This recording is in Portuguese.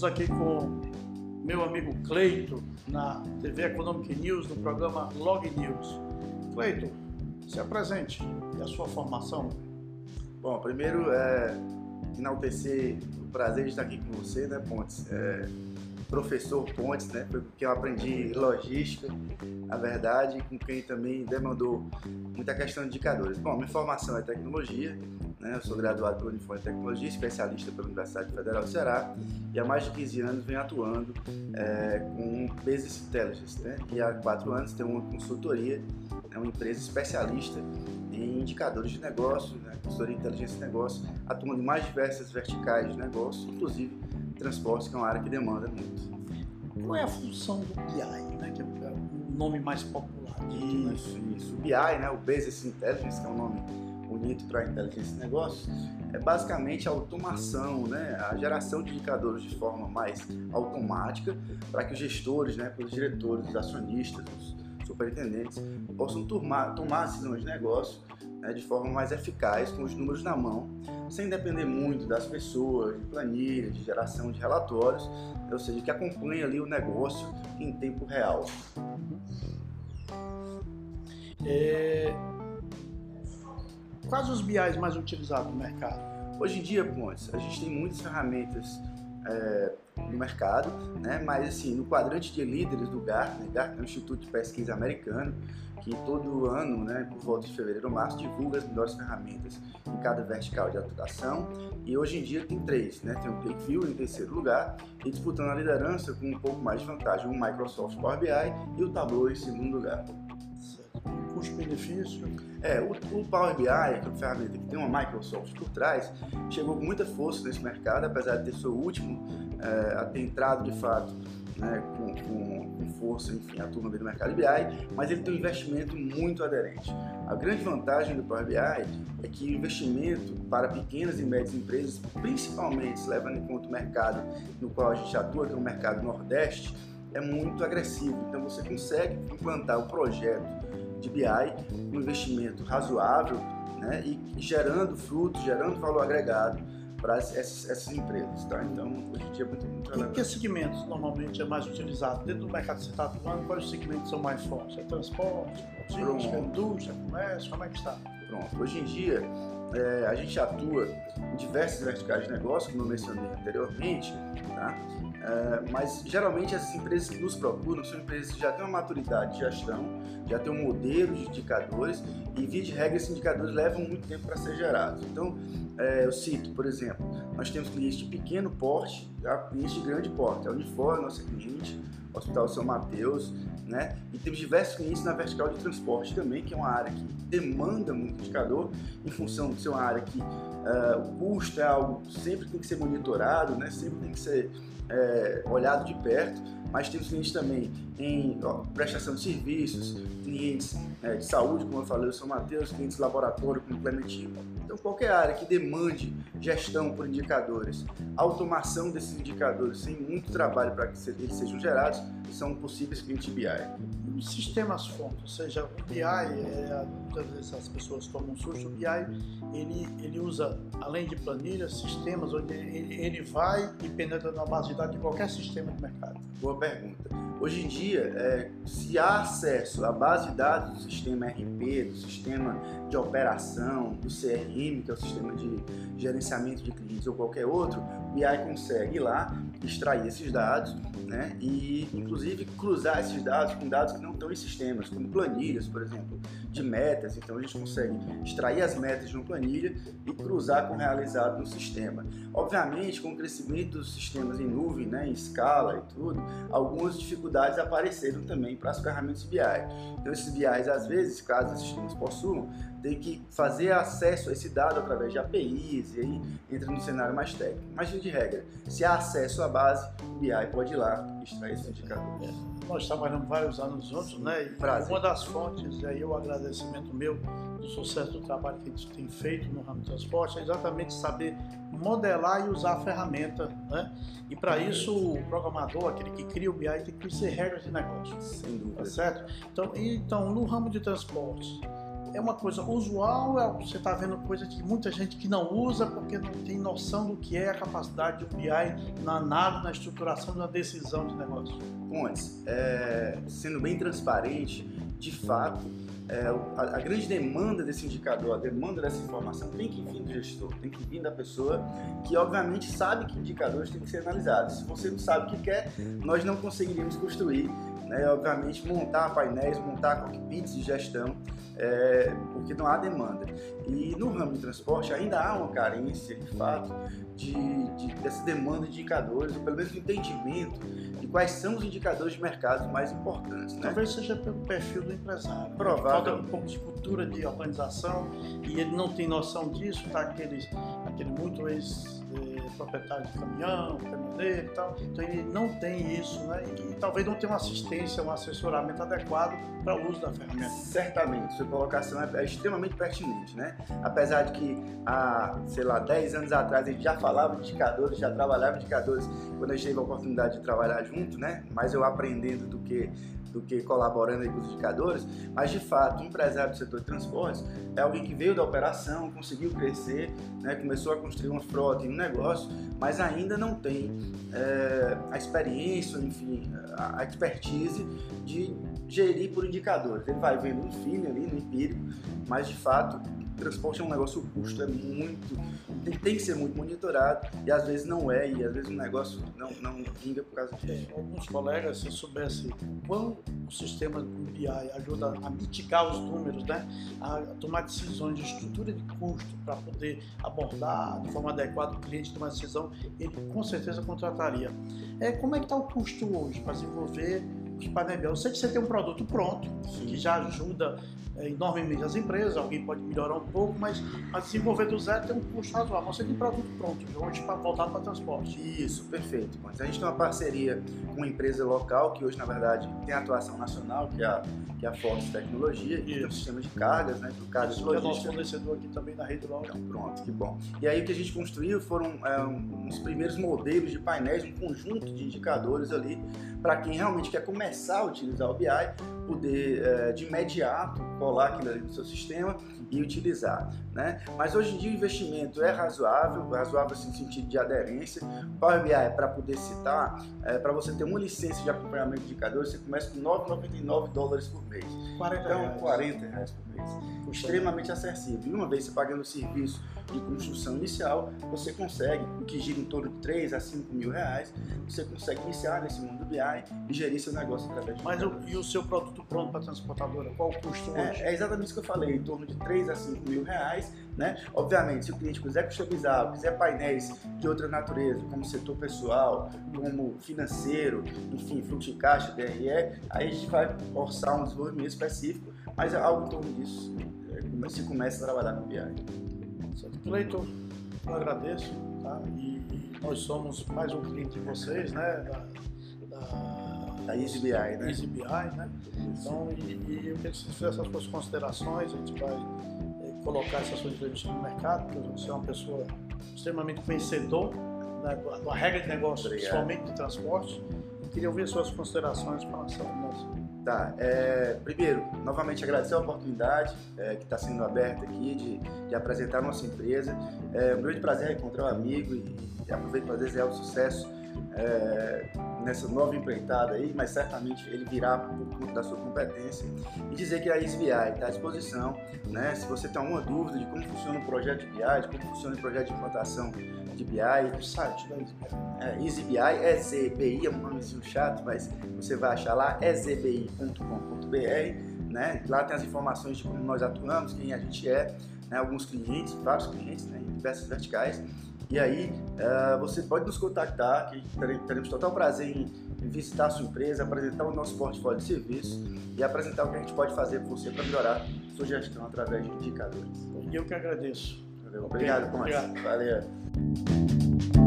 Estamos aqui com meu amigo Cleito, na TV Economic News, no programa Log News. Cleito, se apresente e a sua formação. Bom, primeiro enaltecer o prazer de estar aqui com você, né, Pontes? Professor Pontes, né? Foi com quem eu aprendi logística, na verdade, com quem também demandou muita questão de indicadores. Bom, minha formação é tecnologia, né? Eu sou graduado pela Unifor em Tecnologia, especialista pela Universidade Federal do Ceará, e há mais de 15 anos venho atuando com Business Intelligence, né? E há 4 anos tenho uma consultoria, uma empresa especialista em indicadores de negócio, né? Consultoria de inteligência de negócio, atuando em mais diversas verticais de negócio, inclusive transportes, que é uma área que demanda muito. Qual é a função do BI, né? Que é o nome mais popular? Isso. O BI, né? O Business Intelligence, que é um nome bonito para inteligência de negócios, é basicamente a automação, né? A geração de indicadores de forma mais automática para que os gestores, né? Os diretores, os acionistas, os superintendentes possam tomar decisões de negócio, né, de forma mais eficaz, com os números na mão, sem depender muito das pessoas, de planilha, de geração de relatórios, ou seja, que acompanha ali o negócio em tempo real. Quais os BIs mais utilizados no mercado? Hoje em dia, Pontes, a gente tem muitas ferramentas no mercado, né? Mas assim, no quadrante de líderes do Gartner é um instituto de pesquisa americano que todo ano, né, por volta de fevereiro ou março, divulga as melhores ferramentas em cada vertical de atuação, e hoje em dia tem 3, né? Tem o ClickView em terceiro lugar e disputando a liderança com um pouco mais de vantagem o Microsoft Power BI e o Tableau em segundo lugar. Custo-benefício? O Power BI, que é uma ferramenta que tem uma Microsoft por trás, chegou com muita força nesse mercado, apesar de ter seu último a ter entrado de fato, né, com força, enfim, a turma do mercado BI, mas ele tem um investimento muito aderente. A grande vantagem do Power BI é que o investimento para pequenas e médias empresas, principalmente levando em conta o mercado no qual a gente atua, que é o mercado Nordeste, é muito agressivo. Então você consegue implantar o projeto de BI com um investimento razoável, né, e gerando frutos, gerando valor agregado para essas empresas, tá? Então, hoje em dia é muito relevante. Que segmentos normalmente é mais utilizado? Dentro do mercado que você está atuando, quais segmentos são mais fortes? É transporte, logística, indústria, comércio, como é que está? Pronto, hoje em dia a gente atua em diversas verticais de negócio, como eu mencionei anteriormente, tá? Mas geralmente essas empresas que nos procuram são empresas que já têm uma maturidade de gestão, já têm um modelo de indicadores e, via de regra, esses indicadores levam muito tempo para ser gerados. Então, eu cito, por exemplo, nós temos clientes de pequeno porte, clientes de grande porte. A Unifor é nossa cliente, o Hospital São Mateus, né? E temos diversos clientes na vertical de transporte também, que é uma área que demanda muito indicador, em função de ser uma área que o custo é algo que sempre tem que ser monitorado, né? Sempre tem que ser olhado de perto, mas temos clientes também em prestação de serviços, clientes de saúde, como eu falei, o São Mateus, clientes de laboratório, como Clementino. Então, qualquer área que demande gestão por indicadores, automação desses indicadores, sem muito trabalho para que eles sejam gerados, são possíveis clientes de BI. Os sistemas fontes, ou seja, o BI, muitas vezes as pessoas tomam um susto, o BI ele usa, além de planilhas, sistemas, onde ele vai e penetra na base de dados de qualquer sistema de mercado. Boa pergunta. Hoje em dia, se há acesso à base de dados do sistema RP, do sistema de operação, do CRM, que é o sistema de gerenciamento de clientes ou qualquer outro, o BI consegue ir lá, extrair esses dados, né, e inclusive cruzar esses dados com dados que não estão em sistemas, como planilhas, por exemplo, de metas. Então a gente consegue extrair as metas de uma planilha e cruzar com o realizado no sistema. Obviamente, com o crescimento dos sistemas em nuvem, né, em escala e tudo, algumas dificuldades apareceram também para as ferramentas de BI. Então esses BIs, às vezes, caso os sistemas possuam, tem que fazer acesso a esse dado através de APIs, e aí entra no cenário mais técnico. Mas, de regra, se há acesso à base, o BI pode ir lá e extrair esse indicador. Nós trabalhamos vários anos juntos, né? E uma das fontes, e aí o agradecimento meu do sucesso do trabalho que a gente tem feito no ramo de transporte é exatamente saber modelar e usar a ferramenta, né? E para isso o programador, aquele que cria o BI, tem que conhecer regras de negócio. Sem dúvida. Tá certo? Então, no ramo de transporte, é uma coisa usual, você está vendo coisa que muita gente que não usa porque não tem noção do que é a capacidade de um BI na análise, na estruturação da decisão de negócio? Pontes, sendo bem transparente, de fato, a grande demanda desse indicador, a demanda dessa informação tem que vir do gestor, tem que vir da pessoa que obviamente sabe que indicadores têm que ser analisados. Se você não sabe o que quer, nós não conseguiríamos construir, né, obviamente montar painéis, montar cockpits de gestão, porque não há demanda. E no ramo de transporte ainda há uma carência, de fato, dessa demanda de indicadores, ou pelo menos de entendimento de quais são os indicadores de mercado mais importantes. Né? Talvez seja pelo perfil do empresário. Provável. Falta um pouco de cultura de organização e ele não tem noção disso, tá? Aquele muito ex-proprietário de caminhão, caminhoneiro e tal. Então ele não tem isso, né? E talvez não tenha uma assistência, um assessoramento adequado para o uso da ferramenta. Certamente, sua colocação é extremamente pertinente, né? Apesar de que há, 10 anos atrás a gente já falava de indicadores, já trabalhava indicadores quando a gente teve a oportunidade de trabalhar junto, né? Mais eu aprendendo do que colaborando aí com os indicadores, mas de fato, um empresário do setor de transportes é alguém que veio da operação, conseguiu crescer, né? Começou a construir uma frota e um negócio, mas ainda não tem a experiência, enfim, a expertise de gerir por indicadores. Ele vai vendo no feeling ali, no empírico, mas de fato transporte é um negócio, o custo tem que ser muito monitorado e às vezes não é, e às vezes o negócio não vinga por causa disso. Alguns colegas, se soubesse quão o sistema do BI ajuda a mitigar os números, né, a tomar decisões de estrutura de custo para poder abordar de forma adequada o cliente tomar decisão, ele com certeza contrataria. Como é que está o custo hoje para desenvolver os painéis? Eu sei que você tem um produto pronto, que já ajuda enormemente as empresas, alguém pode melhorar um pouco, mas a desenvolver do zero tem um custo razoável. Você tem produto pronto hoje voltado para transporte. Isso, perfeito. A gente tem uma parceria com uma empresa local que hoje, na verdade, tem atuação nacional, que é a Forte Tecnologia, e tem um sistema de cargas, né, para cargas de logística. É nosso fornecedor aqui também na rede local. Então, pronto, que bom. E aí o que a gente construiu foram uns primeiros modelos de painéis, um conjunto de indicadores ali, para quem realmente quer começar a utilizar o BI, poder de imediato colar aquilo ali no seu sistema e utilizar, né? Mas hoje em dia o investimento é razoável assim, no sentido de aderência. O Power BI, para poder citar, para você ter uma licença de acompanhamento de indicadores, você começa com $9,99 por mês. Então, R$40 por mês. Extremamente acessível. E uma vez você pagando o serviço de construção inicial, você consegue, o que gira em torno de 3 a 5 mil reais, você consegue iniciar nesse mundo do BI e gerir seu negócio através de e o seu produto pronto para transportadora, qual o custo hoje? É exatamente isso que eu falei, em torno de 3 a 5 mil reais, né? Obviamente, se o cliente quiser customizar, quiser painéis de outra natureza, como setor pessoal, como financeiro, enfim, fluxo de caixa, DRE, aí a gente vai orçar um desenvolvimento específico, mas algo em torno disso se começa a trabalhar com BI. Cleiton, eu agradeço, tá? E nós somos mais um cliente de vocês, né? Da EasyBI, né? EasyBI, né? Então, eu queria que você fizesse essas suas considerações, a gente vai colocar essa sua entrevista no mercado, porque você é uma pessoa extremamente conhecedor da regra de negócio, principalmente de transporte. Eu queria ouvir suas considerações para essa nossa. Tá, primeiro, novamente agradecer a oportunidade que está sendo aberta aqui de apresentar a nossa empresa. É um grande prazer encontrar um amigo e aproveito para desejar o sucesso nessa nova empreitada aí, mas certamente ele virá por conta da sua competência, e dizer que a EasyBI está à disposição, né? Se você tem alguma dúvida de como funciona o projeto de BI, de como funciona o projeto de implantação de BI, o site da EasyBI. EasyBI, EZBI, é um nomezinho chato, mas você vai achar lá, ezbi.com.br, né? Lá tem as informações de como nós atuamos, quem a gente é, né? Alguns clientes, vários clientes, né? Em diversas verticais. E aí, você pode nos contactar, que teremos total prazer em visitar a sua empresa, apresentar o nosso portfólio de serviços e apresentar o que a gente pode fazer por você para melhorar a sua gestão através de indicadores. E eu que agradeço. Valeu. Obrigado, Pontes. Obrigado. Valeu.